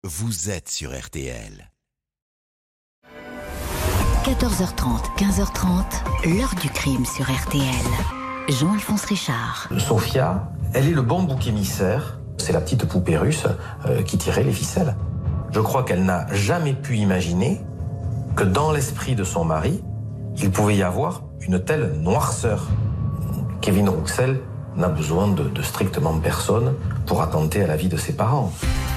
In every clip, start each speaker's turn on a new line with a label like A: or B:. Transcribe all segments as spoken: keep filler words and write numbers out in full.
A: vous êtes sur R T L.
B: quatorze heures trente, quinze heures trente, l'heure du crime sur R T L. Jean-Alphonse Richard.
C: Sophia, elle est le bon bouc émissaire. C'est la petite poupée russe euh, qui tirait les ficelles. Je crois qu'elle n'a jamais pu imaginer que dans l'esprit de son mari, il pouvait y avoir une telle noirceur. Kevin Rouxel n'a besoin de, de strictement personne pour attenter à la vie de ses parents.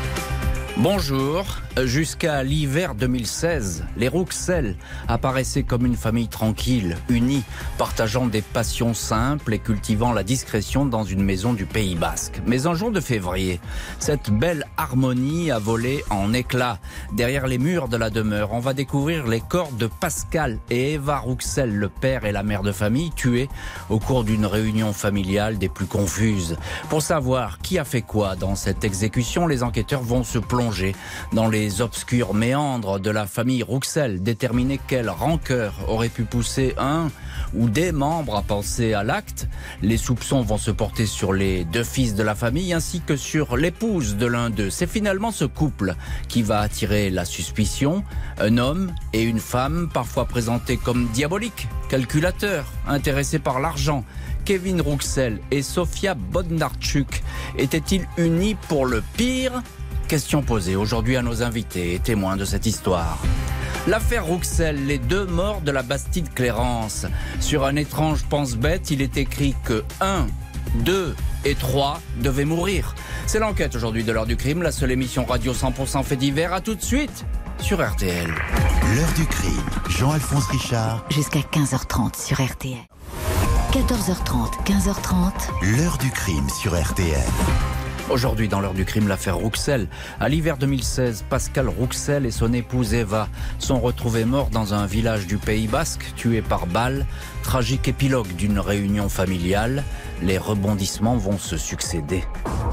D: Bonjour. Jusqu'à l'hiver deux mille seize, les Rouxel apparaissaient comme une famille tranquille, unie, partageant des passions simples et cultivant la discrétion dans une maison du Pays Basque. Mais un jour de février, cette belle harmonie a volé en éclats. Derrière les murs de la demeure, on va découvrir les corps de Pascal et Eva Rouxel, le père et la mère de famille, tués au cours d'une réunion familiale des plus confuses. Pour savoir qui a fait quoi dans cette exécution, les enquêteurs vont se plonger dans les Les obscurs méandres de la famille Rouxel, déterminer quelle rancœur aurait pu pousser un ou des membres à penser à l'acte. Les soupçons vont se porter sur les deux fils de la famille ainsi que sur l'épouse de l'un d'eux. C'est finalement ce couple qui va attirer la suspicion. Un homme et une femme, parfois présentés comme diaboliques, calculateurs, intéressés par l'argent. Kevin Rouxel et Sofia Bodnarchuk étaient-ils unis pour le pire ? Question posée aujourd'hui à nos invités et témoins de cette histoire. L'affaire Rouxel, les deux morts de la Bastide Clérance. Sur un étrange pense-bête, il est écrit que un, deux et trois devaient mourir. C'est l'enquête aujourd'hui de l'heure du crime, la seule émission radio cent pour cent fait divers. À tout de suite sur R T L.
A: L'heure du crime, Jean-Alphonse Richard.
B: Jusqu'à quinze heures trente sur R T L. quatorze heures trente, quinze heures trente.
A: L'heure du crime sur R T L.
D: Aujourd'hui, dans l'heure du crime, l'affaire Rouxel. À l'hiver deux mille seize, Pascal Rouxel et son épouse Eva sont retrouvés morts dans un village du Pays Basque, tués par balle. Tragique épilogue d'une réunion familiale. Les rebondissements vont se succéder.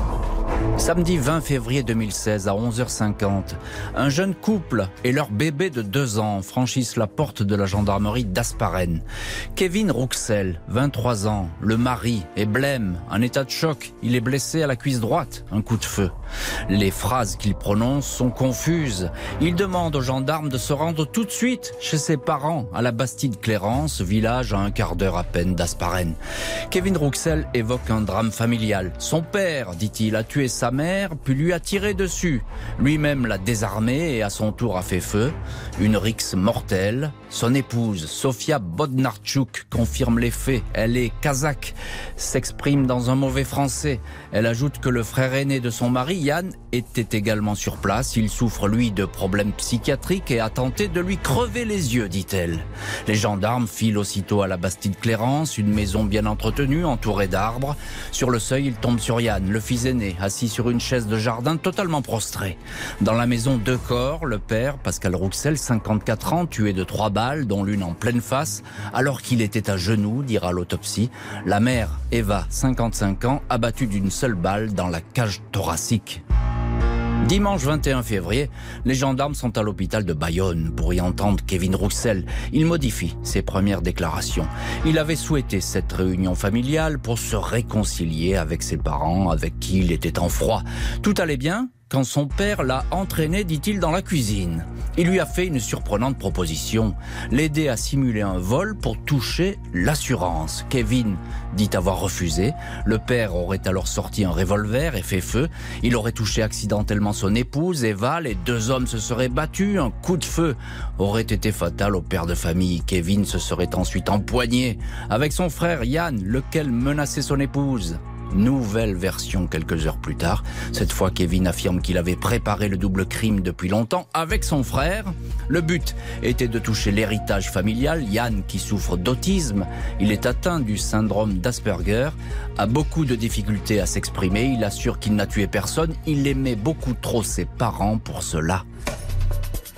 D: Samedi vingt février deux mille seize à onze heures cinquante, un jeune couple et leur bébé de deux ans franchissent la porte de la gendarmerie d'Hasparren. Kevin Rouxel, vingt-trois ans, le mari, est blême, en état de choc. Il est blessé à la cuisse droite, un coup de feu. Les phrases qu'il prononce sont confuses. Il demande aux gendarmes de se rendre tout de suite chez ses parents à la Bastide Clérance, village à un quart d'heure à peine d'Hasparren. Kevin Rouxel évoque un drame familial. Son père, dit-il, a tué sa mère, puis lui a tiré dessus. Lui-même l'a désarmé et à son tour a fait feu. Une rixe mortelle. Son épouse, Sofia Bodnarchuk, confirme les faits. Elle est kazakh, s'exprime dans un mauvais français. Elle ajoute que le frère aîné de son mari, Yann, était également sur place. Il souffre, lui, de problèmes psychiatriques et a tenté de lui crever les yeux, dit-elle. Les gendarmes filent aussitôt à la Bastide Clérance, une maison bien entretenue, entourée d'arbres. Sur le seuil, ils tombent sur Yann, le fils aîné, assis sur une chaise de jardin totalement prostré. Dans la maison, deux corps. Le père, Pascal Rouxel, cinquante-quatre ans, tué de trois balles, dont l'une en pleine face, alors qu'il était à genoux, dira l'autopsie. La mère, Eva, cinquante-cinq ans, abattue d'une seule balle dans la cage thoracique. Dimanche vingt et un février, les gendarmes sont à l'hôpital de Bayonne pour y entendre Kevin Rouxel. Il modifie ses premières déclarations. Il avait souhaité cette réunion familiale pour se réconcilier avec ses parents, avec qui il était en froid. Tout allait bien quand son père l'a entraîné, dit-il, dans la cuisine. Il lui a fait une surprenante proposition, l'aider à simuler un vol pour toucher l'assurance. Kevin dit avoir refusé. Le père aurait alors sorti un revolver et fait feu. Il aurait touché accidentellement son épouse, Eva. Les deux hommes se seraient battus. Un coup de feu aurait été fatal au père de famille. Kevin se serait ensuite empoigné avec son frère Yann, lequel menaçait son épouse. Nouvelle version quelques heures plus tard. Cette fois, Kevin affirme qu'il avait préparé le double crime depuis longtemps avec son frère. Le but était de toucher l'héritage familial. Yann, qui souffre d'autisme, il est atteint du syndrome d'Asperger, a beaucoup de difficultés à s'exprimer. Il assure qu'il n'a tué personne. Il aimait beaucoup trop ses parents pour cela.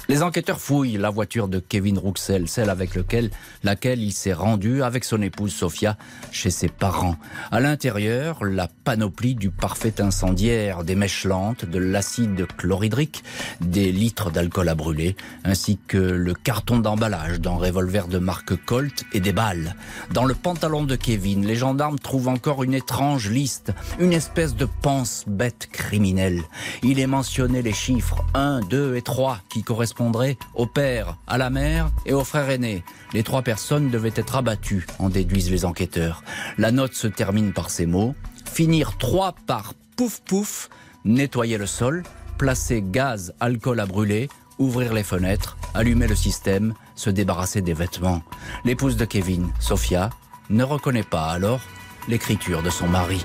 D: Les enquêteurs fouillent la voiture de Kevin Rouxel, celle avec lequel, laquelle il s'est rendu avec son épouse Sofia chez ses parents. À l'intérieur, la panoplie du parfait incendiaire, des mèches lentes, de l'acide chlorhydrique, des litres d'alcool à brûler, ainsi que le carton d'emballage d'un revolver de marque Colt et des balles. Dans le pantalon de Kevin, les gendarmes trouvent encore une étrange liste, une espèce de pense-bête criminelle. Il est mentionné les chiffres un, deux et trois qui correspondent au père, à la mère et au frère aîné. Les trois personnes devaient être abattues, en déduisent les enquêteurs. La note se termine par ces mots. Finir trois par pouf pouf, nettoyer le sol, placer gaz, alcool à brûler, ouvrir les fenêtres, allumer le système, se débarrasser des vêtements. L'épouse de Kevin, Sofia, ne reconnaît pas alors l'écriture de son mari.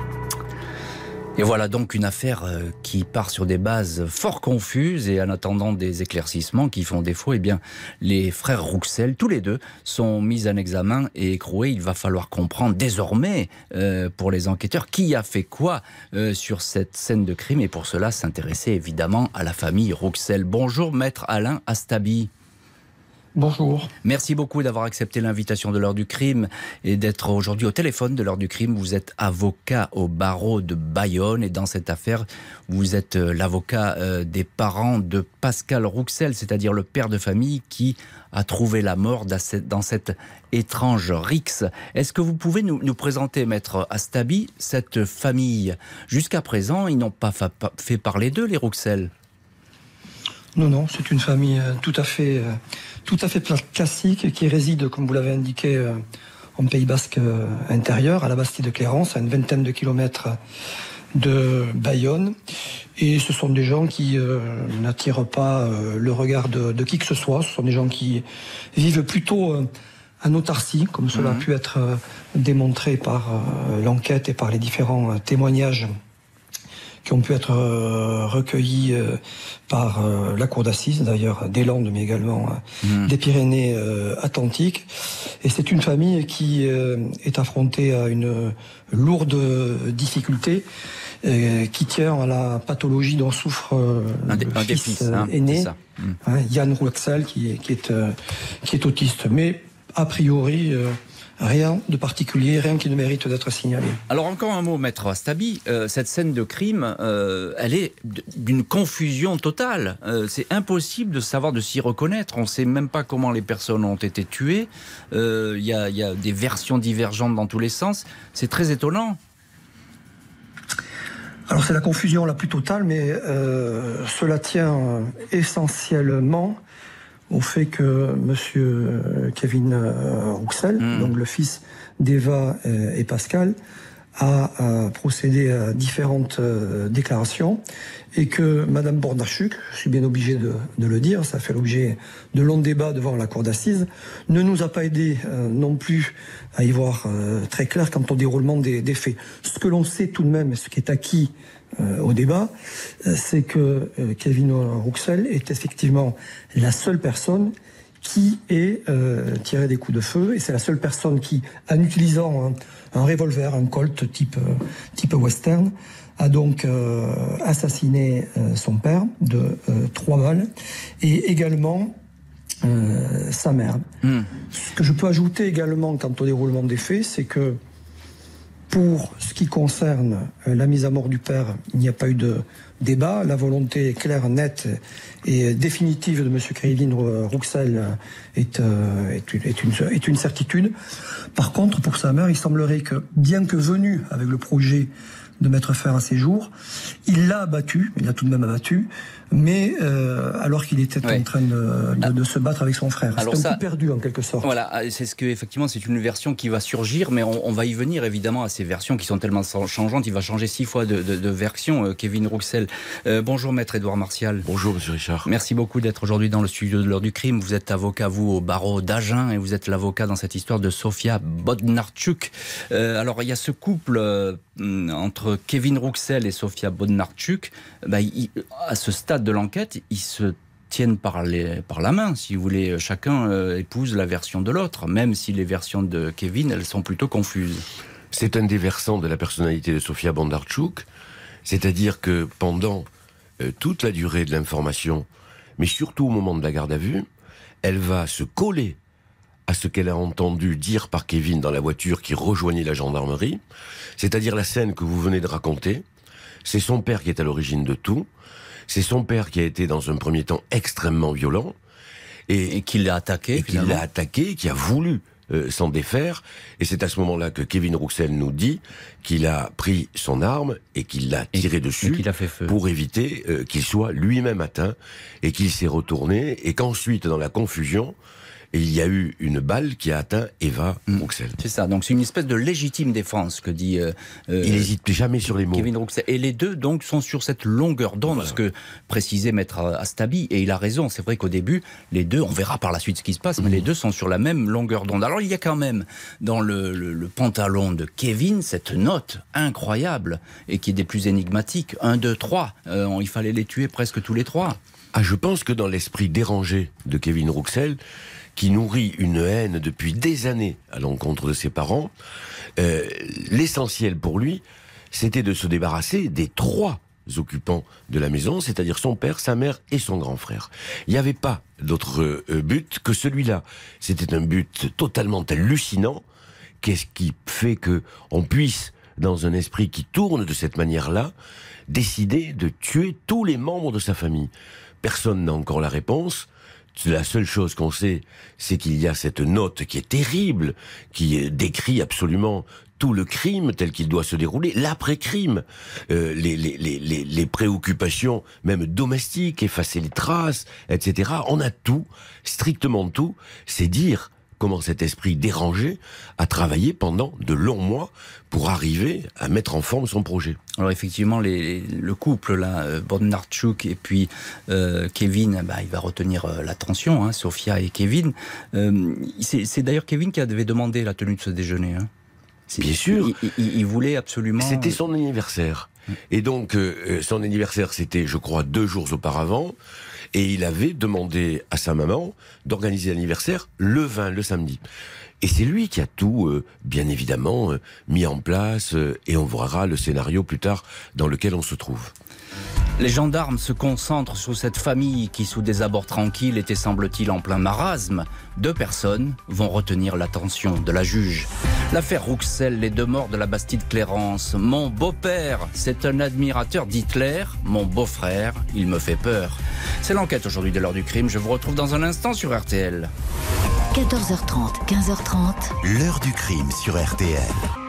D: Et voilà donc une affaire qui part sur des bases fort confuses et en attendant des éclaircissements qui font défaut, eh bien, les frères Rouxel, tous les deux, sont mis en examen et écroués. Il va falloir comprendre désormais, euh, pour les enquêteurs, qui a fait quoi euh, sur cette scène de crime et pour cela s'intéresser évidemment à la famille Rouxel. Bonjour maître Alain Astabi.
E: Bonjour.
D: Merci beaucoup d'avoir accepté l'invitation de l'heure du crime et d'être aujourd'hui au téléphone de l'heure du crime. Vous êtes avocat au barreau de Bayonne et dans cette affaire, vous êtes l'avocat des parents de Pascal Rouxel, c'est-à-dire le père de famille qui a trouvé la mort dans cette étrange rixe. Est-ce que vous pouvez nous, nous présenter, maître Astabi, cette famille? Jusqu'à présent, ils n'ont pas fa- fait parler d'eux, les Rouxel.
E: Non, non, c'est une famille tout à fait, euh, tout à fait classique qui réside, comme vous l'avez indiqué, euh, en Pays Basque euh, intérieur, à la Bastide de Clérance, à une vingtaine de kilomètres de Bayonne. Et ce sont des gens qui euh, n'attirent pas euh, le regard de, de qui que ce soit. Ce sont des gens qui vivent plutôt euh, en autarcie, comme cela mmh. a pu être euh, démontré par euh, l'enquête et par les différents euh, témoignages qui ont pu être euh, recueillis euh, par euh, la cour d'assises, d'ailleurs des Landes, mais également euh, mmh. des Pyrénées-Atlantiques. Euh, et c'est une famille qui euh, est affrontée à une lourde difficulté, euh, qui tient à la pathologie dont souffre euh,
D: un dé-
E: le
D: un
E: fils,
D: fils
E: euh,
D: hein,
E: aîné,
D: mmh.
E: hein, Yann Rouxel, qui, qui, est, euh, qui est autiste. Mais a priori... Euh, Rien de particulier, rien qui ne mérite d'être signalé.
D: Alors encore un mot, maître Astabi, euh, cette scène de crime, euh, elle est d'une confusion totale. Euh, c'est impossible de savoir, de s'y reconnaître. On ne sait même pas comment les personnes ont été tuées. Il euh, y, y a des versions divergentes dans tous les sens. C'est très étonnant.
E: Alors c'est la confusion la plus totale, mais euh, cela tient essentiellement au fait que monsieur Kevin Rouxel, mmh. donc le fils d'Eva et Pascal, a, a procédé à différentes euh, déclarations et que madame Bornachuk, je suis bien obligé de, de le dire, ça fait l'objet de longs débats devant la cour d'assises, ne nous a pas aidé euh, non plus à y voir euh, très clair quant au déroulement des, des faits. Ce que l'on sait tout de même, ce qui est acquis Euh, au débat, euh, c'est que euh, Kevin Rouxel est effectivement la seule personne qui ait euh, tiré des coups de feu, et c'est la seule personne qui, en utilisant un, un revolver, un Colt type, euh, type western, a donc euh, assassiné euh, son père de euh, trois balles, et également euh, sa mère. Mmh. Ce que je peux ajouter également quant au déroulement des faits, c'est que pour ce qui concerne la mise à mort du père, il n'y a pas eu de débat. La volonté claire, nette et définitive de M. Kevin Rouxel est, euh, est, une, est, une, est une certitude. Par contre, pour sa mère, il semblerait que, bien que venu avec le projet de mettre fin à ses jours, il l'a abattu, il l'a tout de même abattu, mais euh, alors qu'il était ouais. en train de, de, de se battre avec son frère. C'est un ça, coup perdu en quelque sorte.
D: Voilà, c'est ce que effectivement c'est une version qui va surgir, mais on, on va y venir évidemment à ces versions qui sont tellement changeantes. Il va changer six fois de, de, de version, euh, Kevin Rouxel. Euh, bonjour maître Édouard Martial.
F: Bonjour monsieur Richard.
D: Merci beaucoup d'être aujourd'hui dans le studio de l'heure du crime. Vous êtes avocat vous au barreau d'Agen et vous êtes l'avocat dans cette histoire de Sofia Bodnarchuk. Euh, alors il y a ce couple euh, entre Kevin Rouxel et Sofia Bodnarchuk. Bah, il, à ce stade de l'enquête, ils se tiennent par, les, par la main, si vous voulez. Chacun euh, épouse la version de l'autre, même si les versions de Kevin, elles sont plutôt confuses.
F: C'est un des versants de la personnalité de Sofia Bondarchuk, c'est-à-dire que pendant euh, toute la durée de l'information, mais surtout au moment de la garde à vue, elle va se coller à ce qu'elle a entendu dire par Kevin dans la voiture qui rejoignait la gendarmerie, c'est-à-dire la scène que vous venez de raconter. C'est son père qui est à l'origine de tout, c'est son père qui a été dans un premier temps extrêmement violent, et,
D: et qui l'a attaqué,
F: et qui l'a attaqué, qui a voulu euh, s'en défaire, et c'est à ce moment-là que Kevin Rouxel nous dit qu'il a pris son arme et qu'il l'a tiré
D: et,
F: dessus
D: et qu'il a fait feu.
F: Pour éviter euh, qu'il soit lui-même atteint, et qu'il s'est retourné, et qu'ensuite, dans la confusion, et il y a eu une balle qui a atteint Eva mmh. Rouxel.
D: C'est ça, donc c'est une espèce de légitime défense que dit... Euh,
F: il n'hésite jamais sur les mots.
D: Kevin Rouxel. Et les deux donc sont sur cette longueur d'onde, voilà. Ce que précisait Maître Astabi, et il a raison, c'est vrai qu'au début, les deux, on verra par la suite ce qui se passe, mmh. mais les deux sont sur la même longueur d'onde. Alors il y a quand même dans le, le, le pantalon de Kevin cette note incroyable, et qui est des plus énigmatiques, un, deux, trois, euh, il fallait les tuer presque tous les trois.
F: Ah, je pense que dans l'esprit dérangé de Kevin Rouxel, qui nourrit une haine depuis des années à l'encontre de ses parents, euh, l'essentiel pour lui, c'était de se débarrasser des trois occupants de la maison, c'est-à-dire son père, sa mère et son grand frère. Il n'y avait pas d'autre euh, but que celui-là. C'était un but totalement hallucinant. Qu'est-ce qui fait que on puisse, dans un esprit qui tourne de cette manière-là, décider de tuer tous les membres de sa famille? Personne n'a encore la réponse. La seule chose qu'on sait, c'est qu'il y a cette note qui est terrible, qui décrit absolument tout le crime tel qu'il doit se dérouler, l'après-crime, euh, les, les, les, les préoccupations même domestiques, effacer les traces, et cetera. On a tout, strictement tout. C'est dire comment cet esprit dérangé a travaillé pendant de longs mois pour arriver à mettre en forme son projet.
D: Alors effectivement, les, le couple là, Bodnarchuk et puis euh, Kevin, bah, il va retenir euh, l'attention, hein, Sofia et Kevin. Euh, c'est, c'est d'ailleurs Kevin qui avait demandé la tenue de ce déjeuner. Hein.
F: Bien sûr.
D: Il, il, il voulait absolument...
F: C'était son anniversaire. Et donc, euh, son anniversaire, c'était, je crois, deux jours auparavant. Et il avait demandé à sa maman d'organiser l'anniversaire le vingt, le samedi. Et c'est lui qui a tout, euh, bien évidemment, euh, mis en place. Euh, et on verra le scénario plus tard dans lequel on se trouve.
D: Les gendarmes se concentrent sur cette famille qui, sous des abords tranquilles, était, semble-t-il, en plein marasme. Deux personnes vont retenir l'attention de la juge. L'affaire Rouxel, les deux morts de la Bastide Clérance. Mon beau-père, c'est un admirateur d'Hitler. Mon beau-frère, il me fait peur. C'est l'enquête aujourd'hui de l'heure du crime. Je vous retrouve dans un instant sur R T L.
B: quatorze heures trente, quinze heures trente.
A: L'heure du crime sur R T L.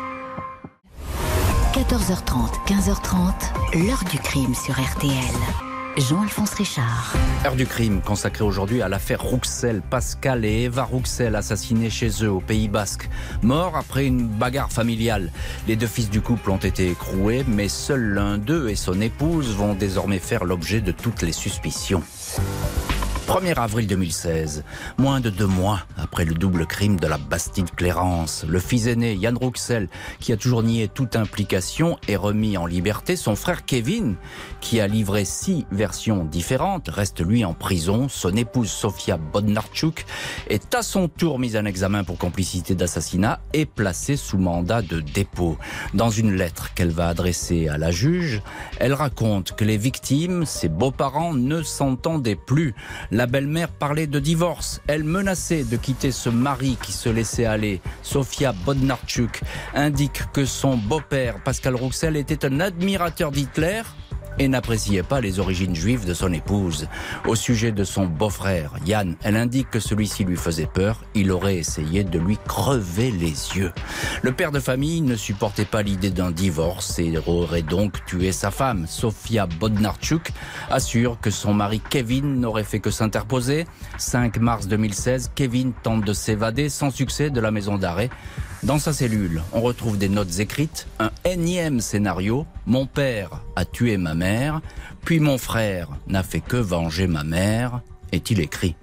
B: quatorze heures trente, quinze heures trente, l'heure du crime sur R T L. Jean-Alphonse Richard.
D: Heure du crime consacrée aujourd'hui à l'affaire Rouxel. Pascal et Eva Rouxel assassinés chez eux au Pays Basque. Morts après une bagarre familiale. Les deux fils du couple ont été écroués, mais seul l'un d'eux et son épouse vont désormais faire l'objet de toutes les suspicions. premier avril deux mille seize, moins de deux mois après le double crime de la Bastide Clérance, le fils aîné Yann Rouxel, qui a toujours nié toute implication, est remis en liberté. Son frère Kevin, qui a livré six versions différentes, reste lui en prison. Son épouse Sofia Bodnarchuk est à son tour mise en examen pour complicité d'assassinat et placée sous mandat de dépôt. Dans une lettre qu'elle va adresser à la juge, elle raconte que les victimes, ses beaux-parents, ne s'entendaient plus. La belle-mère parlait de divorce. Elle menaçait de quitter ce mari qui se laissait aller. Sofia Bodnarchuk indique que son beau-père, Pascal Rouxel, était un admirateur d'Hitler et n'appréciait pas les origines juives de son épouse. Au sujet de son beau-frère, Yann, elle indique que celui-ci lui faisait peur. Il aurait essayé de lui crever les yeux. Le père de famille ne supportait pas l'idée d'un divorce et aurait donc tué sa femme. Sofia Bodnarchuk assure que son mari Kevin n'aurait fait que s'interposer. cinq mars deux mille seize, Kevin tente de s'évader sans succès de la maison d'arrêt. Dans sa cellule, on retrouve des notes écrites, un énième scénario. Mon père a tué ma mère, puis mon frère n'a fait que venger ma mère, est-il écrit.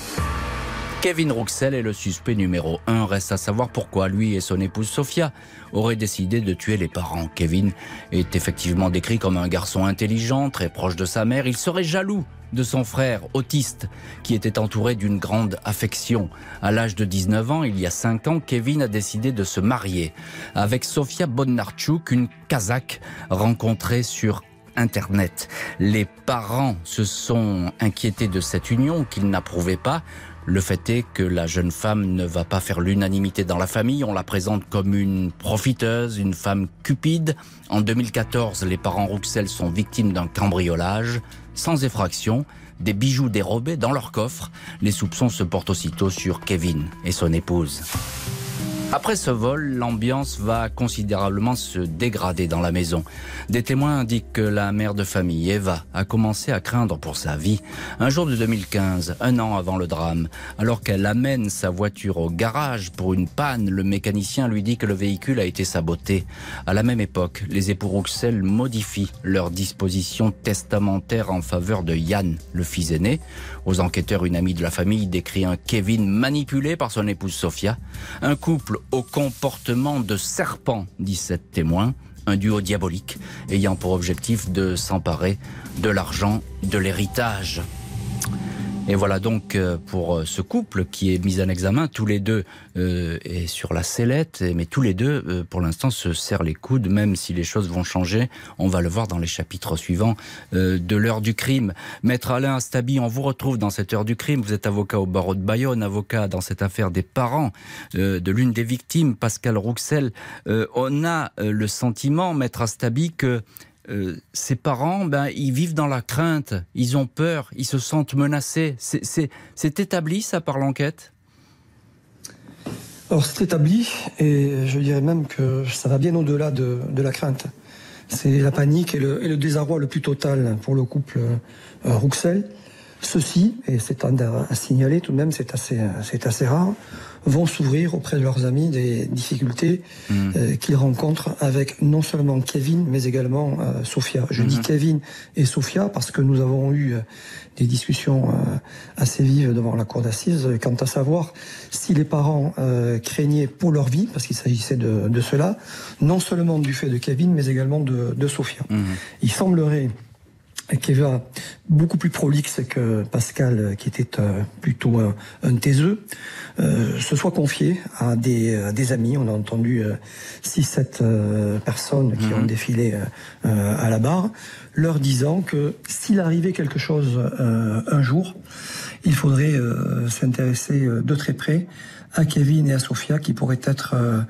D: Kevin Rouxel est le suspect numéro un. Reste à savoir pourquoi lui et son épouse Sofia auraient décidé de tuer les parents. Kevin est effectivement décrit comme un garçon intelligent, très proche de sa mère. Il serait jaloux de son frère autiste qui était entouré d'une grande affection. À l'âge de dix-neuf ans, il y a cinq ans, Kevin a décidé de se marier avec Sofia Bodnarchuk, une Kazakh rencontrée sur Internet. Les parents se sont inquiétés de cette union qu'ils n'approuvaient pas. Le fait est que la jeune femme ne va pas faire l'unanimité dans la famille. On la présente comme une profiteuse, une femme cupide. En deux mille quatorze, les parents Rouxel sont victimes d'un cambriolage sans effraction. Des bijoux dérobés dans leur coffre. Les soupçons se portent aussitôt sur Kevin et son épouse. Après ce vol, l'ambiance va considérablement se dégrader dans la maison. Des témoins indiquent que la mère de famille, Eva, a commencé à craindre pour sa vie. Un jour de deux mille quinze, un an avant le drame, alors qu'elle amène sa voiture au garage pour une panne, le mécanicien lui dit que le véhicule a été saboté. À la même époque, les époux Rouxel modifient leurs dispositions testamentaires en faveur de Yann, le fils aîné. Aux enquêteurs, une amie de la famille décrit un Kevin manipulé par son épouse Sophia. Un couple au comportement de serpent, disent sept témoins. Un duo diabolique ayant pour objectif de s'emparer de l'argent, de l'héritage. Et voilà donc pour ce couple qui est mis en examen, tous les deux euh, et sur la sellette, mais tous les deux euh, pour l'instant se serrent les coudes, même si les choses vont changer. On va le voir dans les chapitres suivants euh, de l'heure du crime. Maître Alain Astabi, on vous retrouve dans cette heure du crime. Vous êtes avocat au barreau de Bayonne, avocat dans cette affaire des parents euh, de l'une des victimes, Pascal Rouxel. Euh, on a euh, le sentiment, Maître Astabi, que Euh, ces parents, ben, ils vivent dans la crainte, ils ont peur, ils se sentent menacés. C'est, c'est, c'est établi, ça, par l'enquête ?
E: Alors, c'est établi, et je dirais même que ça va bien au-delà de, de la crainte. C'est la panique et le, et le désarroi le plus total pour le couple euh, Rouxel. Ceux-ci, et c'est à, à signaler tout de même, c'est assez, c'est assez rare, vont s'ouvrir auprès de leurs amis des difficultés mmh. euh, qu'ils rencontrent avec non seulement Kevin, mais également euh, Sophia. Je mmh. dis Kevin et Sophia parce que nous avons eu euh, des discussions euh, assez vives devant la cour d'assises quant à savoir si les parents euh, craignaient pour leur vie, parce qu'il s'agissait de, de cela, non seulement du fait de Kevin, mais également de, de Sophia. Mmh. Il semblerait qu'Eva, beaucoup plus prolixe que Pascal, qui était euh, plutôt un, un taiseux, euh, se soit confié à des, à des amis. On a entendu euh, six sept euh, personnes qui mmh. ont défilé euh, à la barre, leur disant que s'il arrivait quelque chose euh, un jour, il faudrait euh, s'intéresser de très près à Kevin et à Sophia, qui pourraient être euh,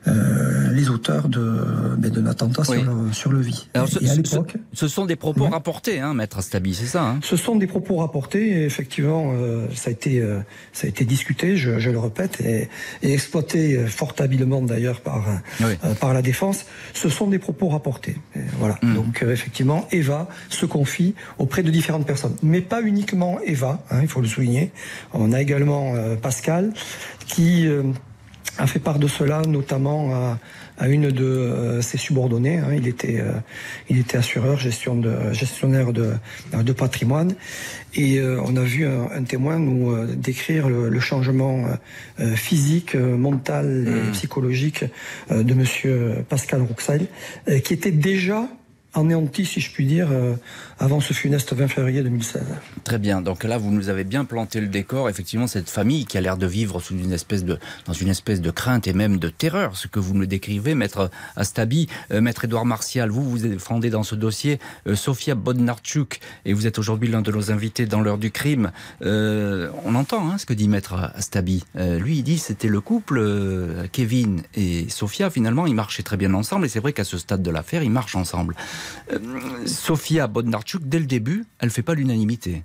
E: euh, les auteurs de, ben, de l'attentat oui. sur, le, sur le vie.
D: Alors,
E: et,
D: ce,
E: et à l'époque,
D: ce, ce sont des propos ouais. rapportés, hein, Maître Astabi, c'est ça hein ?
E: Ce sont des propos rapportés, et effectivement, euh, ça, a été, euh, ça a été discuté, je, je le répète, et, et exploité fort habilement d'ailleurs par, oui. euh, par la défense. Ce sont des propos rapportés. Et voilà. Mmh. Donc euh, effectivement, Eva se confie auprès de différentes personnes. Mais pas uniquement Eva, hein, il faut le souligner. On a également euh, Pascal, qui euh, a fait part de cela, notamment à, à une de euh, ses subordonnées. Hein. Il était, euh, il était assureur, gestion de, gestionnaire de, de patrimoine. Et euh, on a vu un, un témoin nous euh, décrire le, le changement euh, physique, euh, mental et mmh. psychologique euh, de monsieur Pascal Rouxel, euh, qui était déjà anéanti, si je puis dire, euh, avant ce funeste vingt février deux mille seize.
D: Très bien. Donc là, vous nous avez bien planté le décor. Effectivement, cette famille qui a l'air de vivre sous une espèce de, dans une espèce de crainte et même de terreur, ce que vous me décrivez, Maître Astabi. Euh, Maître Édouard Martial, vous, vous défendez dans ce dossier euh, Sofia Bodnarczuk, et vous êtes aujourd'hui l'un de nos invités dans l'heure du crime. Euh, on entend hein, ce que dit Maître Astabi. Euh, lui, il dit c'était le couple, euh, Kevin et Sofia, finalement, ils marchaient très bien ensemble, et c'est vrai qu'à ce stade de l'affaire, ils marchent ensemble. Euh, Sofia Bodnarczuk, dès le début, elle ne fait pas l'unanimité.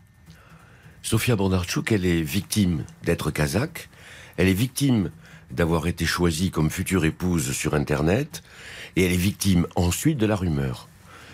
F: Sofia Bodnarczuk, elle est victime d'être kazakh, elle est victime d'avoir été choisie comme future épouse sur Internet, et elle est victime ensuite de la rumeur.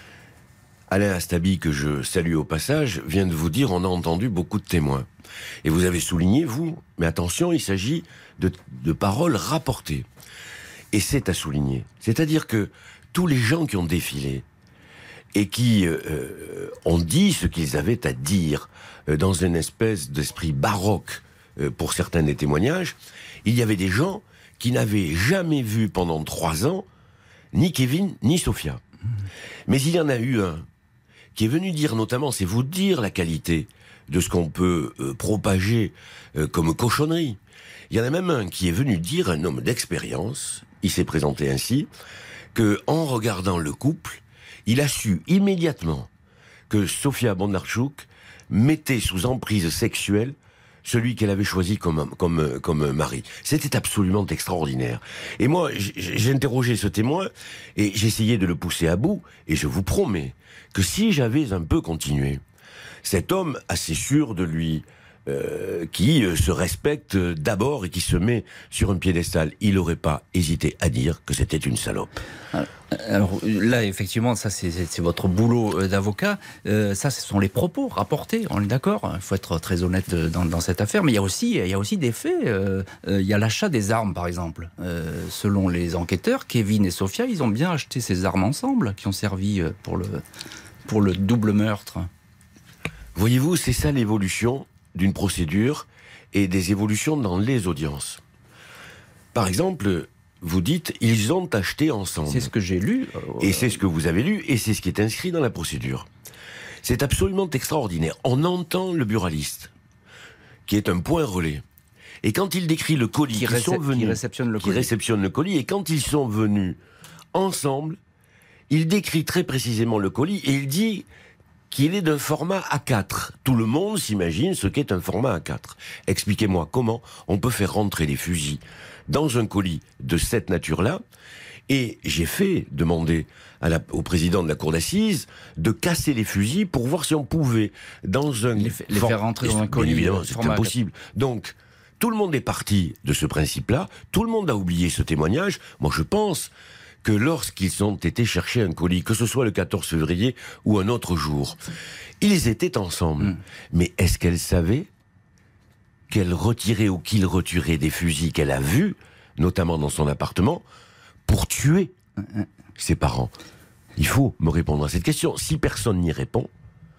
F: Alain Astabi, que je salue au passage, vient de vous dire on a entendu beaucoup de témoins. Et vous avez souligné, vous, mais attention, il s'agit de, de paroles rapportées. Et c'est à souligner. C'est-à-dire que tous les gens qui ont défilé, et qui euh, ont dit ce qu'ils avaient à dire euh, dans une espèce d'esprit baroque euh, pour certains des témoignages, il y avait des gens qui n'avaient jamais vu pendant trois ans ni Kevin ni Sophia. Mais il y en a eu un qui est venu dire notamment, c'est vous dire la qualité de ce qu'on peut euh, propager euh, comme cochonnerie. Il y en a même un qui est venu dire, un homme d'expérience, il s'est présenté ainsi, que en regardant le couple, il a su immédiatement que Sofia Bondarchuk mettait sous emprise sexuelle celui qu'elle avait choisi comme, comme, comme mari. C'était absolument extraordinaire. Et moi, j'ai interrogé ce témoin et j'essayais de le pousser à bout. Et je vous promets que si j'avais un peu continué, cet homme assez sûr de lui, euh, qui se respecte d'abord et qui se met sur un piédestal, il n'aurait pas hésité à dire que c'était une salope.
D: Alors là, effectivement, ça c'est, c'est votre boulot d'avocat. Euh, ça, ce sont les propos rapportés, on est d'accord. Il faut être très honnête dans, dans cette affaire. Mais il y a aussi, il y a aussi des faits. Euh, il y a l'achat des armes, par exemple. Euh, selon les enquêteurs, Kevin et Sofia, ils ont bien acheté ces armes ensemble, qui ont servi pour le, pour le double meurtre.
F: Voyez-vous, c'est ça l'évolution d'une procédure et des évolutions dans les audiences. Par exemple, vous dites, ils ont acheté ensemble.
D: C'est ce que j'ai lu.
F: Et c'est ce que vous avez lu, et c'est ce qui est inscrit dans la procédure. C'est absolument extraordinaire. On entend le buraliste, qui est un point relais. Et quand il décrit le colis,
D: qui, récep-
F: sont venus,
D: qui réceptionne le
F: qui
D: colis.
F: réceptionne le colis, et quand ils sont venus ensemble, il décrit très précisément le colis, et il dit qu'il est d'un format A quatre. Tout le monde s'imagine ce qu'est un format A quatre. Expliquez-moi comment on peut faire rentrer des fusils dans un colis de cette nature-là. Et j'ai fait demander à la, au président de la cour d'assises de casser les fusils pour voir si on pouvait, dans un...
D: Les, les faire rentrer dans un colis.
F: Évidemment, c'est impossible. Donc, tout le monde est parti de ce principe-là. Tout le monde a oublié ce témoignage. Moi, je pense que lorsqu'ils ont été chercher un colis, que ce soit le quatorze février ou un autre jour, ils étaient ensemble. Mmh. Mais est-ce qu'elle savait qu'elle retirait ou qu'il retirait des fusils qu'elle a vus, notamment dans son appartement, pour tuer mmh. ses parents? Il faut me répondre à cette question. Si personne n'y répond,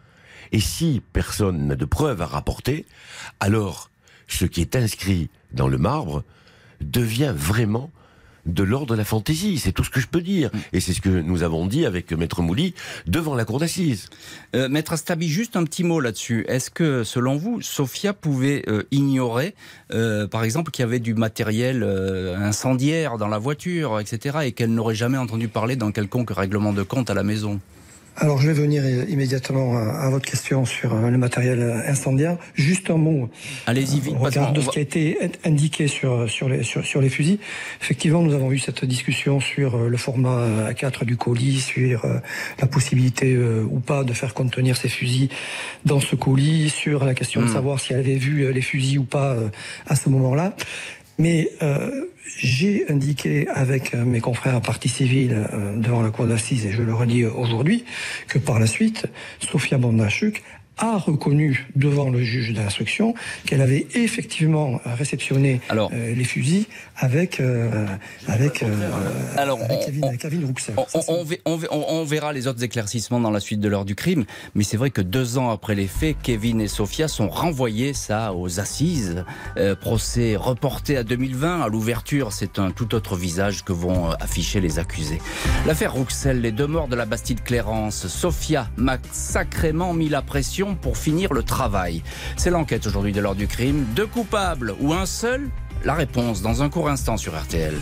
F: et si personne n'a de preuves à rapporter, alors ce qui est inscrit dans le marbre devient vraiment de l'ordre de la fantaisie, c'est tout ce que je peux dire. Et c'est ce que nous avons dit avec Maître Mouly devant la cour d'assises.
D: Euh, Maître Astabi, juste un petit mot là-dessus. Est-ce que, selon vous, Sofia pouvait euh, ignorer, euh, par exemple, qu'il y avait du matériel euh, incendiaire dans la voiture, et cetera, et qu'elle n'aurait jamais entendu parler d'un quelconque règlement de compte à la maison ?
E: Alors, je vais venir immédiatement à votre question sur le matériel incendiaire. Juste un mot.
D: Allez-y vite.
E: Au regard de ce qui a été indiqué sur, sur, les, sur, sur les fusils. Effectivement, nous avons eu cette discussion sur le format A quatre du colis, sur la possibilité euh, ou pas de faire contenir ces fusils dans ce colis, sur la question mmh. de savoir si elle avait vu les fusils ou pas euh, à ce moment-là. Mais euh, j'ai indiqué avec mes confrères à partie civile euh, devant la cour d'assises, et je le redis aujourd'hui, que par la suite, Sofia Bondarchuk a reconnu devant le juge d'instruction qu'elle avait effectivement réceptionné Alors, euh, les fusils avec, euh, avec, euh,
D: Alors,
E: avec
D: on,
E: Kevin,
D: on,
E: Kevin Rouxel.
D: On, on, on, on, on verra les autres éclaircissements dans la suite de l'heure du crime, mais c'est vrai que deux ans après les faits, Kevin et Sofia sont renvoyés ça aux assises. Euh, procès reporté à deux mille vingt. À l'ouverture, c'est un tout autre visage que vont afficher les accusés. L'affaire Rouxel, les deux morts de la Bastide-Clérance. Sofia m'a sacrément mis la pression pour finir le travail. C'est l'enquête aujourd'hui de l'heure du crime. Deux coupables ou un seul? La réponse dans un court instant sur R T L.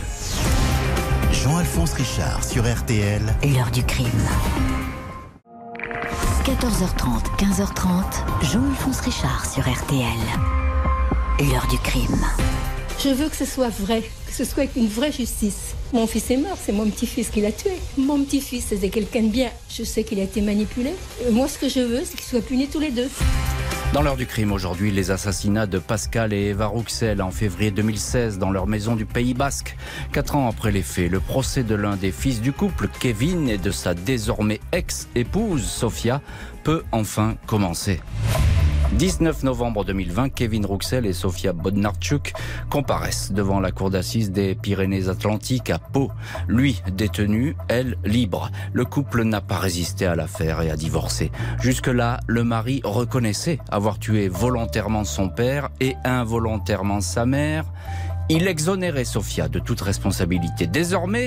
A: Jean-Alphonse Richard sur R T L.
B: L'heure du crime. quatorze heures trente, quinze heures trente, Jean-Alphonse Richard sur R T L. L'heure du crime.
G: Je veux que ce soit vrai, que ce soit une vraie justice. Mon fils est mort, c'est mon petit-fils qui l'a tué. Mon petit-fils, c'était quelqu'un de bien. Je sais qu'il a été manipulé. Moi, ce que je veux, c'est qu'ils soient punis tous les deux.
D: Dans l'heure du crime aujourd'hui, les assassinats de Pascal et Eva Rouxel en février deux mille seize dans leur maison du Pays Basque. Quatre ans après les faits, le procès de l'un des fils du couple, Kevin, et de sa désormais ex-épouse, Sofia, peut enfin commencer. dix-neuf novembre deux mille vingt, Kevin Rouxel et Sofia Bondarchuk comparaissent devant la cour d'assises des Pyrénées-Atlantiques à Pau. Lui détenu, elle libre. Le couple n'a pas résisté à l'affaire et a divorcé. Jusque-là, le mari reconnaissait avoir tué volontairement son père et involontairement sa mère. Il exonérait Sofia de toute responsabilité. Désormais,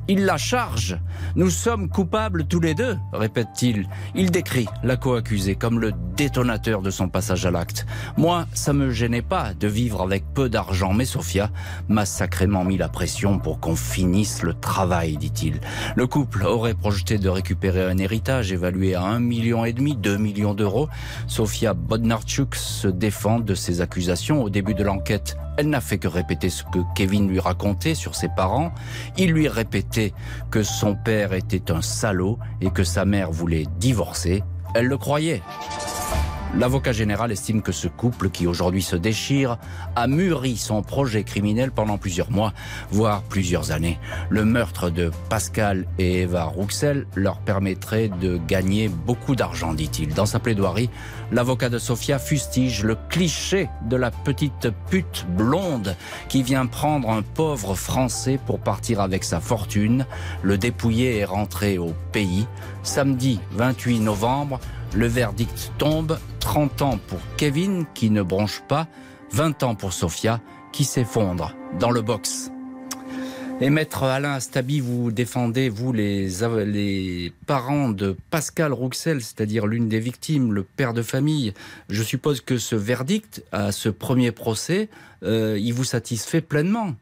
D: Il la charge. Nous sommes coupables tous les deux, répète-t-il. Il décrit la co-accusée comme le détonateur de son passage à l'acte. Moi, ça me gênait pas de vivre avec peu d'argent, mais Sofia m'a sacrément mis la pression pour qu'on finisse le travail, dit-il. Le couple aurait projeté de récupérer un héritage évalué à un million et demi, deux millions d'euros. Sofia Bodnarchuk se défend de ces accusations. Au début de l'enquête, elle n'a fait que répéter ce que Kevin lui racontait sur ses parents. Il lui répétait que son père était un salaud et que sa mère voulait divorcer. Elle le croyait. L'avocat général estime que ce couple, qui aujourd'hui se déchire, a mûri son projet criminel pendant plusieurs mois, voire plusieurs années. Le meurtre de Pascal et Eva Rouxel leur permettrait de gagner beaucoup d'argent, dit-il. Dans sa plaidoirie, l'avocat de Sofia fustige le cliché de la petite pute blonde qui vient prendre un pauvre Français pour partir avec sa fortune. Le dépouillé est rentré au pays. Samedi vingt-huit novembre, le verdict tombe. trente ans pour Kevin, qui ne bronche pas. vingt ans pour Sofia, qui s'effondre dans le box. Et maître Alain Astabi, vous défendez, vous, les, les parents de Pascal Rouxel, c'est-à-dire l'une des victimes, le père de famille. Je suppose que ce verdict, à ce premier procès, euh, il vous satisfait pleinement.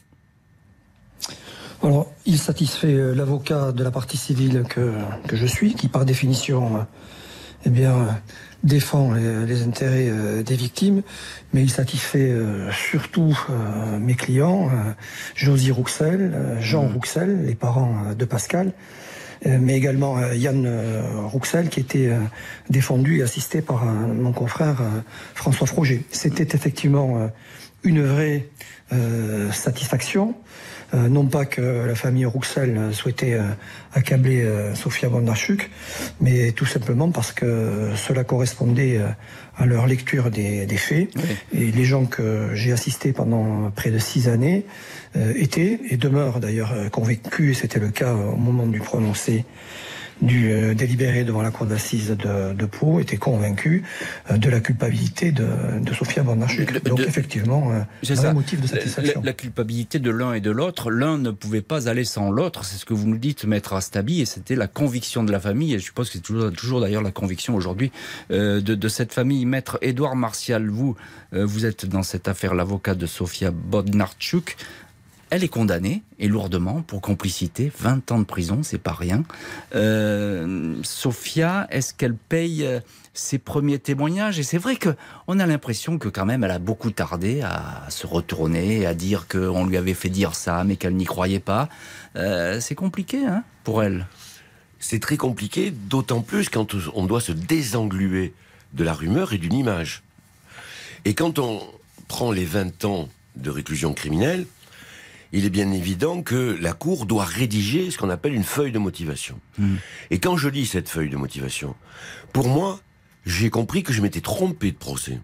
E: Alors, il satisfait l'avocat de la partie civile que, que je suis, qui par définition, eh bien, défend les, les intérêts euh, des victimes, mais il satisfait euh, surtout euh, mes clients, euh, Josie Rouxel, euh, Jean mmh. Rouxel, les parents euh, de Pascal, euh, mais également euh, Yann euh, Rouxel, qui était euh, défendu et assisté par euh, mon confrère euh, François Froger. C'était effectivement euh, une vraie euh, satisfaction. Euh, non pas que la famille Rouxel souhaitait euh, accabler euh, Sofia Bondarchuk, mais tout simplement parce que cela correspondait euh, à leur lecture des, des faits. Oui. Et les gens que j'ai assistés pendant près de six années euh, étaient, et demeurent d'ailleurs convaincus, et c'était le cas au moment du prononcé du euh, délibéré devant la cour d'assises de, de Pau, était convaincu euh, de la culpabilité de, de Sofia Bondarchuk. Donc de, effectivement, euh, c'est un ça. motif de satisfaction.
D: La, la culpabilité de l'un et de l'autre, l'un ne pouvait pas aller sans l'autre, c'est ce que vous nous dites, maître Astabi, et c'était la conviction de la famille, et je suppose que c'est toujours, toujours d'ailleurs la conviction aujourd'hui euh, de, de cette famille. Maître Édouard Martial, vous, euh, vous êtes dans cette affaire l'avocat de Sofia Bodnarchuk. Elle est condamnée, et lourdement, pour complicité. vingt ans de prison, c'est pas rien. Euh, Sofia, est-ce qu'elle paye ses premiers témoignages? Et c'est vrai qu'on a l'impression que quand même, elle a beaucoup tardé à se retourner, à dire qu'on lui avait fait dire ça, mais qu'elle n'y croyait pas. Euh, c'est compliqué, hein, pour elle.
F: C'est très compliqué, d'autant plus quand on doit se désengluer de la rumeur et d'une image. Et quand on prend les vingt ans de réclusion criminelle, il est bien évident que la Cour doit rédiger ce qu'on appelle une feuille de motivation. Mmh. Et quand je lis cette feuille de motivation, pour moi, j'ai compris que je m'étais trompé de procès.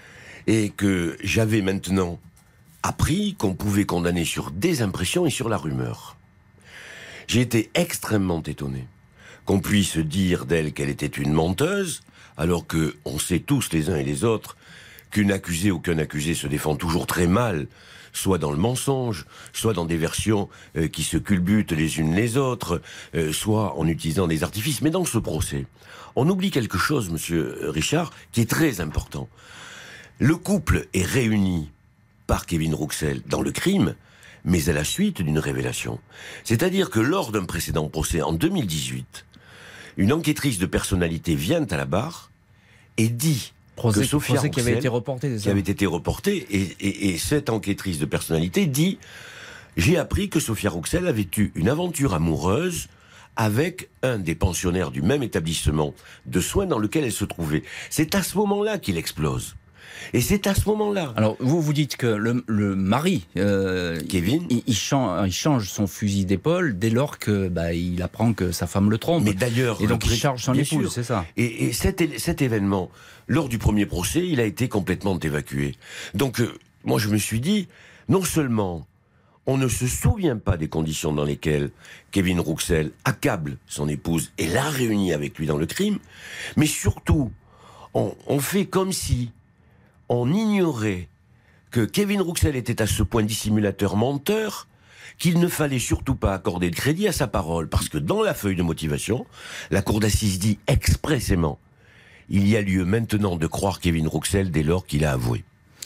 F: Et que j'avais maintenant appris qu'on pouvait condamner sur des impressions et sur la rumeur. J'ai été extrêmement étonné qu'on puisse dire d'elle qu'elle était une menteuse, alors que on sait tous les uns et les autres qu'une accusée ou qu'un accusé se défend toujours très mal, soit dans le mensonge, soit dans des versions euh, qui se culbutent les unes les autres, euh, soit en utilisant des artifices. Mais dans ce procès, on oublie quelque chose, monsieur Richard, qui est très important. Le couple est réuni par Kevin Rouxel dans le crime, mais à la suite d'une révélation. C'est-à-dire que lors d'un précédent procès, en deux mille dix-huit, une enquêtrice de personnalité vient à la barre et dit...
D: Procès,
F: que Sofia
D: procès
F: Rouxel,
D: qui avait été reporté,
F: qui avait été reporté, et, et, et cette enquêtrice de personnalité dit « J'ai appris que Sofia Rouxel avait eu une aventure amoureuse avec un des pensionnaires du même établissement de soins dans lequel elle se trouvait. » C'est à ce moment-là qu'il explose. Et c'est à ce moment-là.
D: Alors, vous vous dites que le, le mari, euh,
F: Kevin,
D: il, il, change, il change son fusil d'épaule dès lors que bah, il apprend que sa femme le trompe.
F: Mais d'ailleurs,
D: et donc il charge son épouse, c'est ça.
F: Et, et cet, cet événement, lors du premier procès, il a été complètement évacué. Donc, euh, moi, je me suis dit, non seulement on ne se souvient pas des conditions dans lesquelles Kevin Rouxel accable son épouse et l'a réunie avec lui dans le crime, mais surtout, on, on fait comme si on ignorait que Kevin Rouxel était à ce point dissimulateur, menteur, qu'il ne fallait surtout pas accorder de crédit à sa parole, parce que dans la feuille de motivation, la cour d'assises dit expressément « Il y a lieu maintenant de croire Kevin Rouxel dès lors qu'il a avoué ».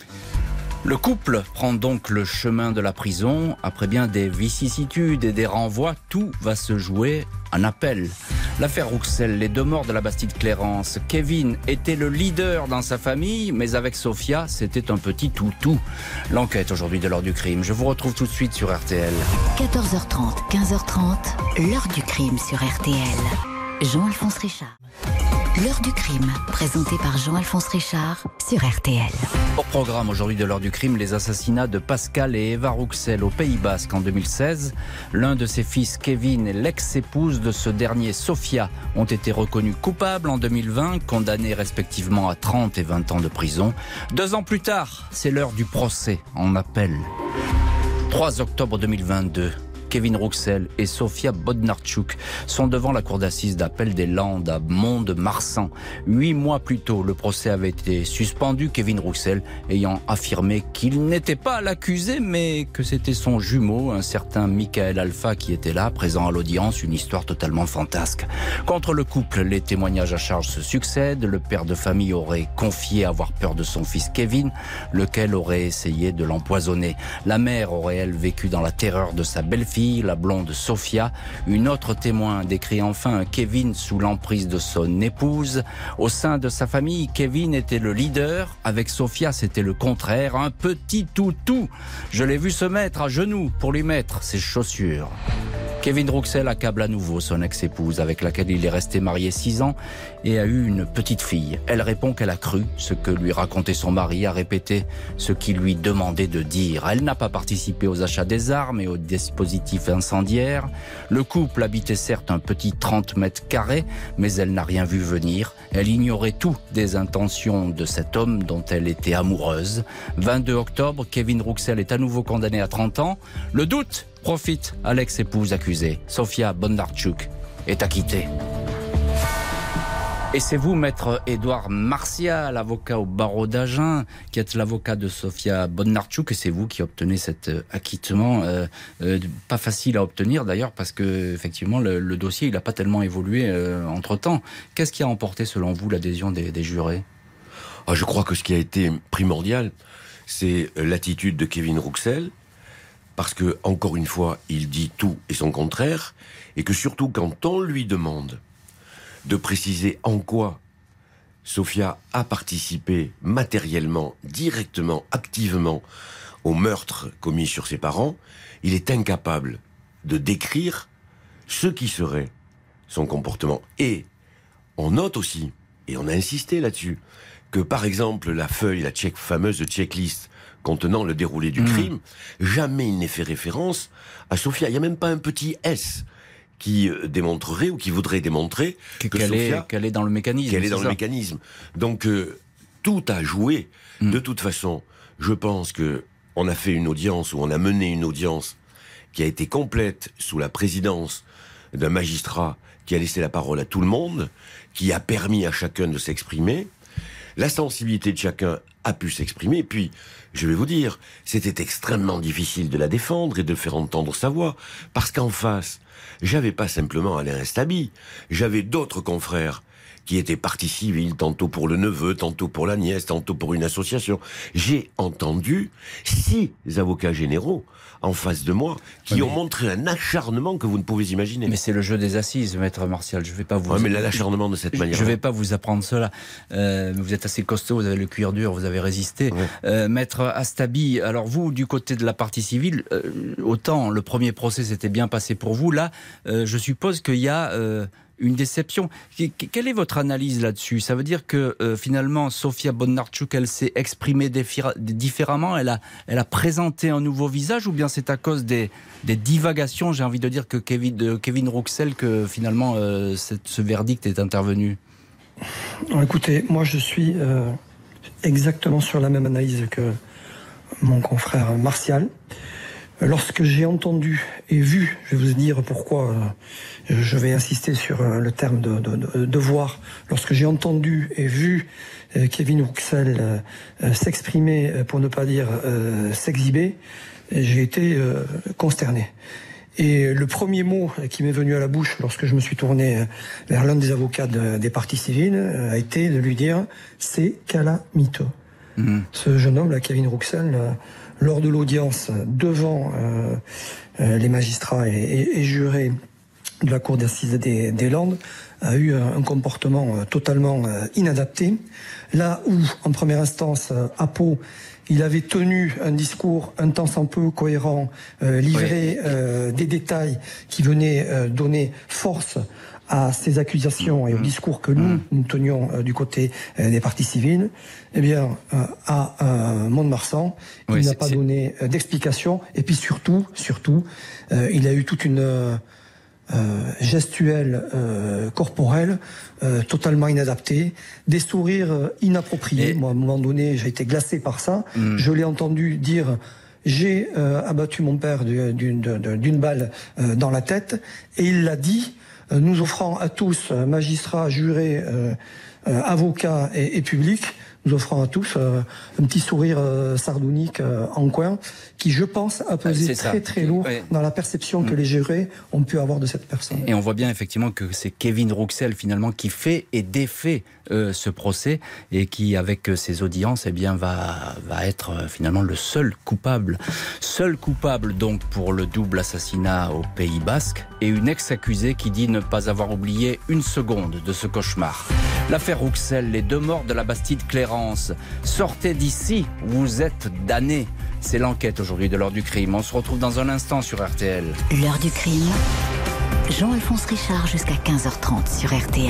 D: Le couple prend donc le chemin de la prison. Après bien des vicissitudes et des renvois, tout va se jouer en appel. L'affaire Rouxel, les deux morts de la Bastide-Clérance. Kevin était le leader dans sa famille, mais avec Sophia, c'était un petit toutou. L'enquête aujourd'hui de l'heure du crime. Je vous retrouve tout de suite sur R T L.
B: quatorze heures trente, quinze heures trente, l'heure du crime sur R T L. Jean-Alphonse Richard. L'heure du crime, présentée par Jean-Alphonse Richard sur R T L.
D: Au programme aujourd'hui de l'heure du crime, les assassinats de Pascal et Eva Rouxel au Pays Basque en deux mille seize. L'un de ses fils, Kevin, et l'ex-épouse de ce dernier, Sophia, ont été reconnus coupables en deux mille vingt, condamnés respectivement à trente et vingt ans de prison. Deux ans plus tard, c'est l'heure du procès en appel. trois octobre deux mille vingt-deux. Kevin Rouxel et Sofia Bodnarczuk sont devant la cour d'assises d'appel des Landes à Mont-de-Marsan. Huit mois plus tôt, le procès avait été suspendu, Kevin Rouxel ayant affirmé qu'il n'était pas l'accusé, mais que c'était son jumeau, un certain Michael Alpha, qui était là, présent à l'audience, une histoire totalement fantasque. Contre le couple, les témoignages à charge se succèdent. Le père de famille aurait confié avoir peur de son fils Kevin, lequel aurait essayé de l'empoisonner. La mère aurait, elle, vécu dans la terreur de sa belle-fille, la blonde Sophia. Une autre témoin décrit enfin un Kevin sous l'emprise de son épouse. Au sein de sa famille, Kevin était le leader. Avec Sophia, c'était le contraire, un petit toutou. Je l'ai vu se mettre à genoux pour lui mettre ses chaussures. Kevin Rouxel accable à nouveau son ex-épouse avec laquelle il est resté marié six ans et a eu une petite fille. Elle répond qu'elle a cru ce que lui racontait son mari, a répété ce qu'il lui demandait de dire. Elle n'a pas participé aux achats des armes et aux dispositifs incendiaires. Le couple habitait certes un petit trente mètres carrés, mais elle n'a rien vu venir. Elle ignorait tout des intentions de cet homme dont elle était amoureuse. vingt-deux octobre, Kevin Rouxel est à nouveau condamné à trente ans. Le doute profite à l'ex-épouse accusée. Sofia Bodnarczuk est acquittée. Et c'est vous, maître Édouard Martial, avocat au barreau d'Agen, qui êtes l'avocat de Sofia Bodnarczuk, et c'est vous qui obtenez cet acquittement. Euh, euh, pas facile à obtenir d'ailleurs, parce que effectivement le, le dossier il n'a pas tellement évolué euh, entre-temps. Qu'est-ce qui a emporté selon vous l'adhésion des, des jurés ?
F: Ah, je crois que ce qui a été primordial, c'est l'attitude de Kevin Rouxel, parce que, encore une fois, il dit tout et son contraire, et que surtout quand on lui demande de préciser en quoi Sophia a participé matériellement, directement, activement au meurtre commis sur ses parents, il est incapable de décrire ce qui serait son comportement. Et on note aussi, et on a insisté là-dessus, que par exemple la feuille, la check, fameuse checklist contenant le déroulé du mmh. crime, jamais il n'est fait référence à Sophia. Il n'y a même pas un petit S qui démontrerait ou qui voudrait démontrer que, que
D: qu'elle,
F: Sophia,
D: est, qu'elle est dans le mécanisme.
F: Qu'elle est dans ça. le mécanisme. Donc euh, tout a joué. Mmh. De toute façon, je pense que on a fait une audience ou on a mené une audience qui a été complète sous la présidence d'un magistrat qui a laissé la parole à tout le monde, qui a permis à chacun de s'exprimer. La sensibilité de chacun a pu s'exprimer. Et puis, je vais vous dire, c'était extrêmement difficile de la défendre et de faire entendre sa voix. Parce qu'en face, j'avais pas simplement Alain Stabi. J'avais d'autres confrères qui étaient partie civile, tantôt pour le neveu, tantôt pour la nièce, tantôt pour une association. J'ai entendu six avocats généraux en face de moi, qui oui, ont montré un acharnement que vous ne pouvez imaginer.
D: Mais c'est le jeu des assises, maître Martial. Je vais pas vous.
F: Ouais, mais l'acharnement de cette manière.
D: Je ne vais pas vous apprendre cela. Euh, vous êtes assez costaud, vous avez le cuir dur, vous avez résisté. Ouais. Euh, maître Astabi, alors vous, du côté de la partie civile, euh, autant le premier procès s'était bien passé pour vous. Là, euh, je suppose qu'il y a euh, une déception. Quelle est votre analyse là-dessus ? Ça veut dire que euh, finalement, Sofia Bodnarczuk, elle s'est exprimée défi- différemment, elle a, elle a présenté un nouveau visage, ou bien c'est à cause des, des divagations, j'ai envie de dire, que Kevin, de Kevin Rouxel, que finalement euh, cette, ce verdict est intervenu ?
E: Alors, écoutez, moi je suis euh, exactement sur la même analyse que mon confrère Martial. Lorsque j'ai entendu et vu, je vais vous dire pourquoi euh, je vais insister sur euh, le terme de, de, de, de voir, lorsque j'ai entendu et vu euh, Kevin Rouxel euh, euh, s'exprimer, euh, pour ne pas dire euh, s'exhiber, j'ai été euh, consterné. Et le premier mot qui m'est venu à la bouche lorsque je me suis tourné vers l'un des avocats de, des parties civiles euh, a été de lui dire « c'est calamiteux mmh. ». Ce jeune homme, là, Kevin Rouxel, euh, lors de l'audience devant euh, euh, les magistrats et, et, et jurés de la cour d'assises des, des Landes, a eu un, un comportement euh, totalement euh, inadapté. Là où, en première instance, euh, à Pau, il avait tenu un discours un tant soit peu cohérent, euh, livré oui. euh, des détails qui venaient euh, donner force à ces accusations et au discours que nous, nous tenions euh, du côté euh, des parties civiles, eh bien, euh, à euh, Mont-de-Marsan, oui, il n'a pas donné euh, d'explication. Et puis surtout, surtout, euh, il a eu toute une euh, euh, gestuelle euh, corporelle euh, totalement inadaptée, des sourires euh, inappropriés. Et... Moi, à un moment donné, j'ai été glacé par ça. Mm. Je l'ai entendu dire... J'ai euh, abattu mon père d'une, d'une balle euh, dans la tête, et il l'a dit, euh, nous offrant à tous, euh, magistrats, jurés, euh, euh, avocats et, et publics, nous offrant à tous euh, un petit sourire euh, sardonique euh, en coin, qui, je pense, a pesé très ça. très lourd ouais. dans la perception mmh. que les jurés ont pu avoir de cette personne.
D: Et on voit bien effectivement que c'est Kevin Rouxel finalement qui fait et défait euh, ce procès, et qui, avec euh, ses audiences, eh bien, va, va être euh, finalement le seul coupable. Seul coupable donc pour le double assassinat au Pays Basque, et une ex-accusée qui dit ne pas avoir oublié une seconde de ce cauchemar. L'affaire Rouxel, les deux morts de la Bastide-Clérance. Sortez d'ici, vous êtes damnés. C'est l'enquête aujourd'hui de l'heure du crime. On se retrouve dans un instant sur R T L.
B: L'heure du crime, Jean-Alphonse Richard jusqu'à quinze heures trente sur R T L.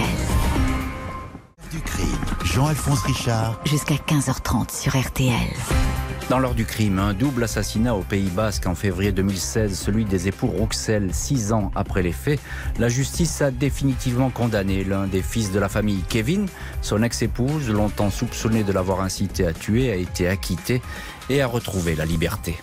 A: L'heure du crime, Jean-Alphonse Richard.
B: Jusqu'à quinze heures trente sur R T L.
D: Dans l'heure du crime, un double assassinat au Pays Basque en février deux mille seize, celui des époux Rouxel, six ans après les faits. La justice a définitivement condamné l'un des fils de la famille, Kevin. Son ex-épouse, longtemps soupçonnée de l'avoir incité à tuer, a été acquittée et a retrouvé la liberté.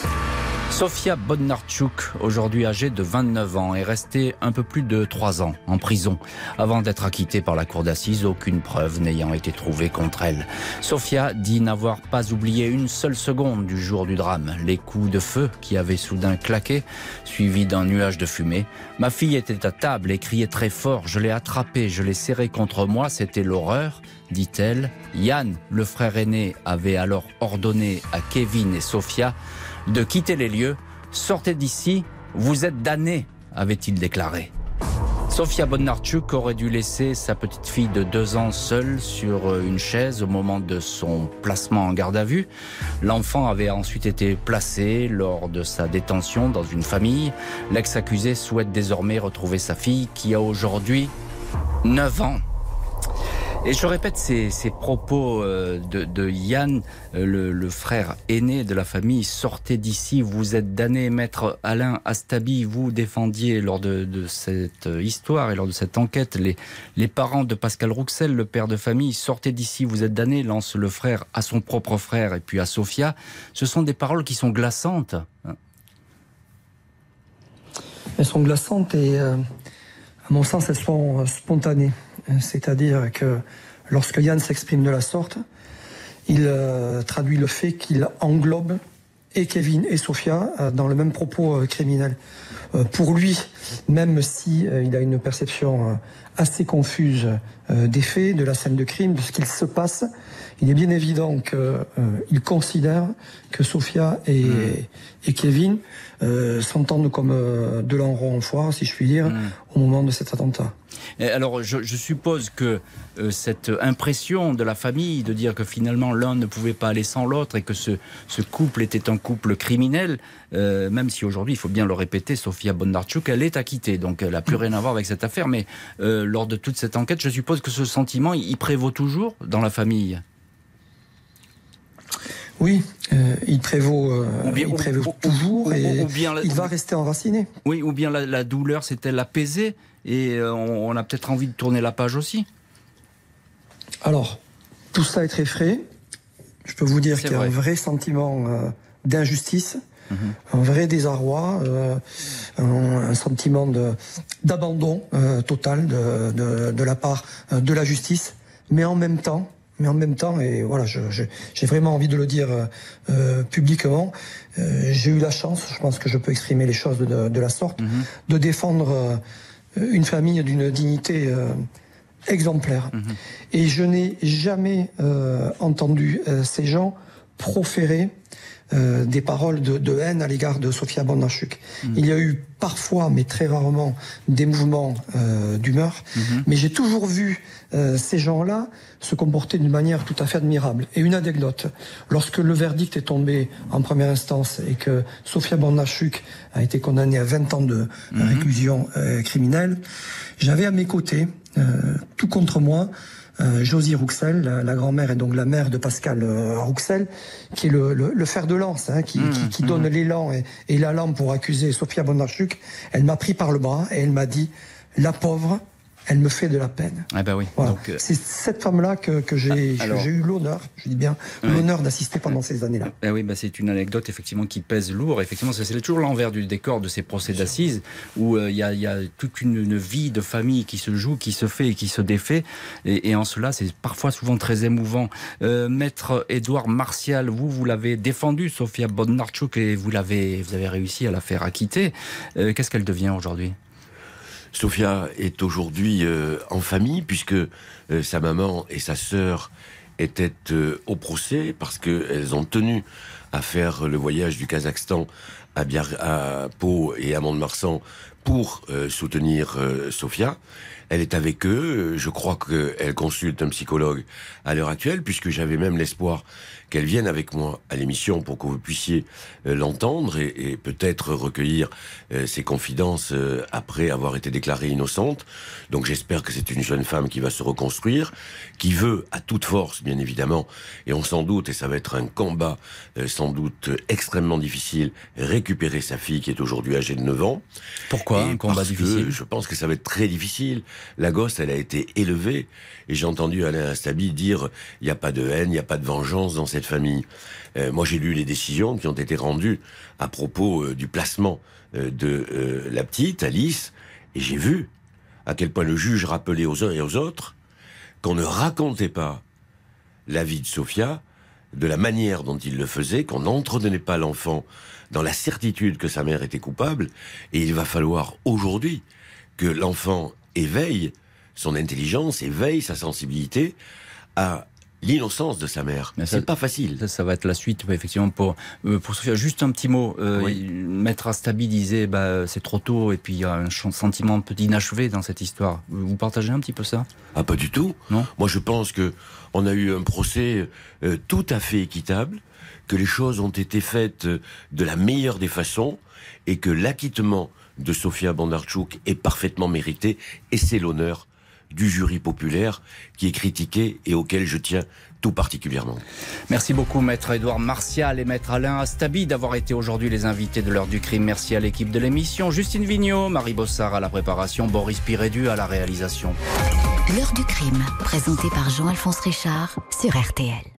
D: Sofia Bodnarchuk, aujourd'hui âgée de vingt-neuf ans, est restée un peu plus de trois ans en prison avant d'être acquittée par la cour d'assises, aucune preuve n'ayant été trouvée contre elle. Sofia dit n'avoir pas oublié une seule seconde du jour du drame, les coups de feu qui avaient soudain claqué, suivis d'un nuage de fumée. Ma fille était à table et criait très fort, je l'ai attrapée, je l'ai serrée contre moi, c'était l'horreur, dit-elle. Yann, le frère aîné, avait alors ordonné à Kevin et Sofia de quitter les lieux. Sortez d'ici, vous êtes damnés, avait-il déclaré. Sofia Bodnarchuk aurait dû laisser sa petite fille de deux ans seule sur une chaise au moment de son placement en garde à vue. L'enfant avait ensuite été placé lors de sa détention dans une famille. L'ex-accusé souhaite désormais retrouver sa fille qui a aujourd'hui neuf ans. Et je répète ces, ces propos euh, de, de Yann, euh, le, le frère aîné de la famille. Sortez d'ici, vous êtes damnés. Maître Alain Astabi, vous défendiez lors de, de cette histoire et lors de cette enquête les, les parents de Pascal Rouxel, le père de famille. Sortez d'ici, vous êtes damnés, lance le frère à son propre frère et puis à Sofia. Ce sont des paroles qui sont glaçantes.
E: Elles sont glaçantes et, euh, à mon sens, elles sont spontanées. C'est-à-dire que lorsque Yann s'exprime de la sorte, il euh, traduit le fait qu'il englobe et Kevin et Sofia euh, dans le même propos euh, criminel. Euh, pour lui, même si euh, il a une perception euh, assez confuse euh, des faits, de la scène de crime, de ce qu'il se passe, il est bien évident qu'il euh, considère que Sofia et, mmh. et Kevin euh, s'entendent comme euh, de l'enroi en foire, si je puis dire, mmh. au moment de cet attentat.
D: Alors, je, je suppose que euh, cette impression de la famille de dire que finalement l'un ne pouvait pas aller sans l'autre et que ce, ce couple était un couple criminel, euh, même si aujourd'hui, il faut bien le répéter, Sofia Bodnarchuk, elle est acquittée, donc elle n'a plus rien à voir avec cette affaire. Mais euh, lors de toute cette enquête, je suppose que ce sentiment, il, il prévaut toujours dans la famille.
E: Oui, euh, il prévaut, euh, bien, il prévaut ou, toujours ou, et ou bien la, il va rester enraciné.
D: Oui, ou bien la, la douleur s'est-elle apaisée et euh, on, on a peut-être envie de tourner la page aussi.
E: Alors, tout ça est très frais. Je peux vous dire qu'il y a vrai. un vrai sentiment euh, d'injustice mmh. un vrai désarroi, euh, un, un sentiment de, d'abandon euh, total de, de, de la part de la justice, mais en même temps, mais en même temps, et voilà, je, je, j'ai vraiment envie de le dire euh, publiquement, euh, j'ai eu la chance, je pense que je peux exprimer les choses de, de la sorte, mmh. de défendre euh, une famille d'une dignité euh, exemplaire. Mmh. Et je n'ai jamais euh, entendu euh, ces gens proférer euh, des paroles de, de haine à l'égard de Sofia Bondarchuk. Mmh. Il y a eu parfois, mais très rarement, des mouvements euh, d'humeur, mmh. mais j'ai toujours vu euh, ces gens-là se comporter d'une manière tout à fait admirable. Et une anecdote, lorsque le verdict est tombé en première instance et que Sofia Bondarchuk a été condamnée à vingt ans de mmh. réclusion euh, criminelle, j'avais à mes côtés, euh, tout contre moi, Euh, Josie Rouxel, la, la grand-mère et donc la mère de Pascal euh, Rouxel, qui est le, le, le fer de lance, hein, qui, mmh, qui, qui mmh. donne l'élan et, et la lampe pour accuser Sofia Bondarchuk. Elle m'a pris par le bras et elle m'a dit « La pauvre, elle me fait de la peine. »
D: Ah bah oui.
E: Voilà.
D: Donc, euh...
E: C'est cette femme-là que, que j'ai, ah, j'ai eu l'honneur, je dis bien, ouais. l'honneur d'assister pendant ces années-là.
D: Ah oui, bah c'est une anecdote effectivement qui pèse lourd. Effectivement, c'est toujours l'envers du décor de ces procès d'assises où il euh, y, a, y a toute une, une vie de famille qui se joue, qui se fait et qui se défait. Et, et en cela, c'est parfois souvent très émouvant. Euh, Maître Édouard Martial, vous, vous l'avez défendu, Sofia Bondarchuk, et vous, l'avez, vous avez réussi à la faire acquitter. Euh, qu'est-ce qu'elle devient aujourd'hui ?
F: Sofia est aujourd'hui euh, en famille puisque euh, sa maman et sa sœur étaient euh, au procès parce qu'elles ont tenu à faire le voyage du Kazakhstan à, Biar- à Pau et à Mont-de-Marsan pour euh, soutenir euh, Sofia. Elle est avec eux, je crois qu'elle consulte un psychologue à l'heure actuelle, puisque j'avais même l'espoir qu'elle vienne avec moi à l'émission pour que vous puissiez euh, l'entendre et, et peut-être recueillir euh, ses confidences euh, après avoir été déclarée innocente. Donc j'espère que c'est une jeune femme qui va se reconstruire, qui veut à toute force, bien évidemment, et on s'en doute, et ça va être un combat euh, sans doute extrêmement difficile, récupérer sa fille qui est aujourd'hui âgée de neuf ans.
D: Pourquoi
F: et
D: un combat
F: parce
D: difficile ?
F: que je pense que ça va être très difficile. La gosse, elle a été élevée, et j'ai entendu Alain Astabi dire il n'y a pas de haine, il n'y a pas de vengeance dans cette famille. Euh, moi, j'ai lu les décisions qui ont été rendues à propos euh, du placement euh, de euh, la petite, Alice, et j'ai vu à quel point le juge rappelait aux uns et aux autres qu'on ne racontait pas la vie de Sofia de la manière dont il le faisait, qu'on n'entretenait pas l'enfant dans la certitude que sa mère était coupable, et il va falloir aujourd'hui que l'enfant éveille son intelligence, éveille sa sensibilité à l'innocence de sa mère. Mais c'est ça, pas facile.
D: Ça, ça va être la suite, effectivement, pour, euh, pour Sofia. Juste un petit mot. Euh, oui. Maître Astabi disait bah, c'est trop tôt, et puis il y a un sentiment un peu d'inachevé dans cette histoire. Vous partagez un petit peu ça ?
F: Ah, pas du tout.
D: Non ?
F: Moi, je pense que on a eu un procès euh, tout à fait équitable, que les choses ont été faites de la meilleure des façons, et que l'acquittement de Sofia Bondarchuk est parfaitement mérité, et c'est l'honneur du jury populaire qui est critiqué et auquel je tiens tout particulièrement.
D: Merci beaucoup Maître Édouard Martial et Maître Alain Astabi d'avoir été aujourd'hui les invités de l'heure du crime. Merci à l'équipe de l'émission, Justine Vignot, Marie Bossard à la préparation, Boris Pirédu à la réalisation.
B: L'heure du crime, présentée par Jean-Alphonse Richard sur R T L.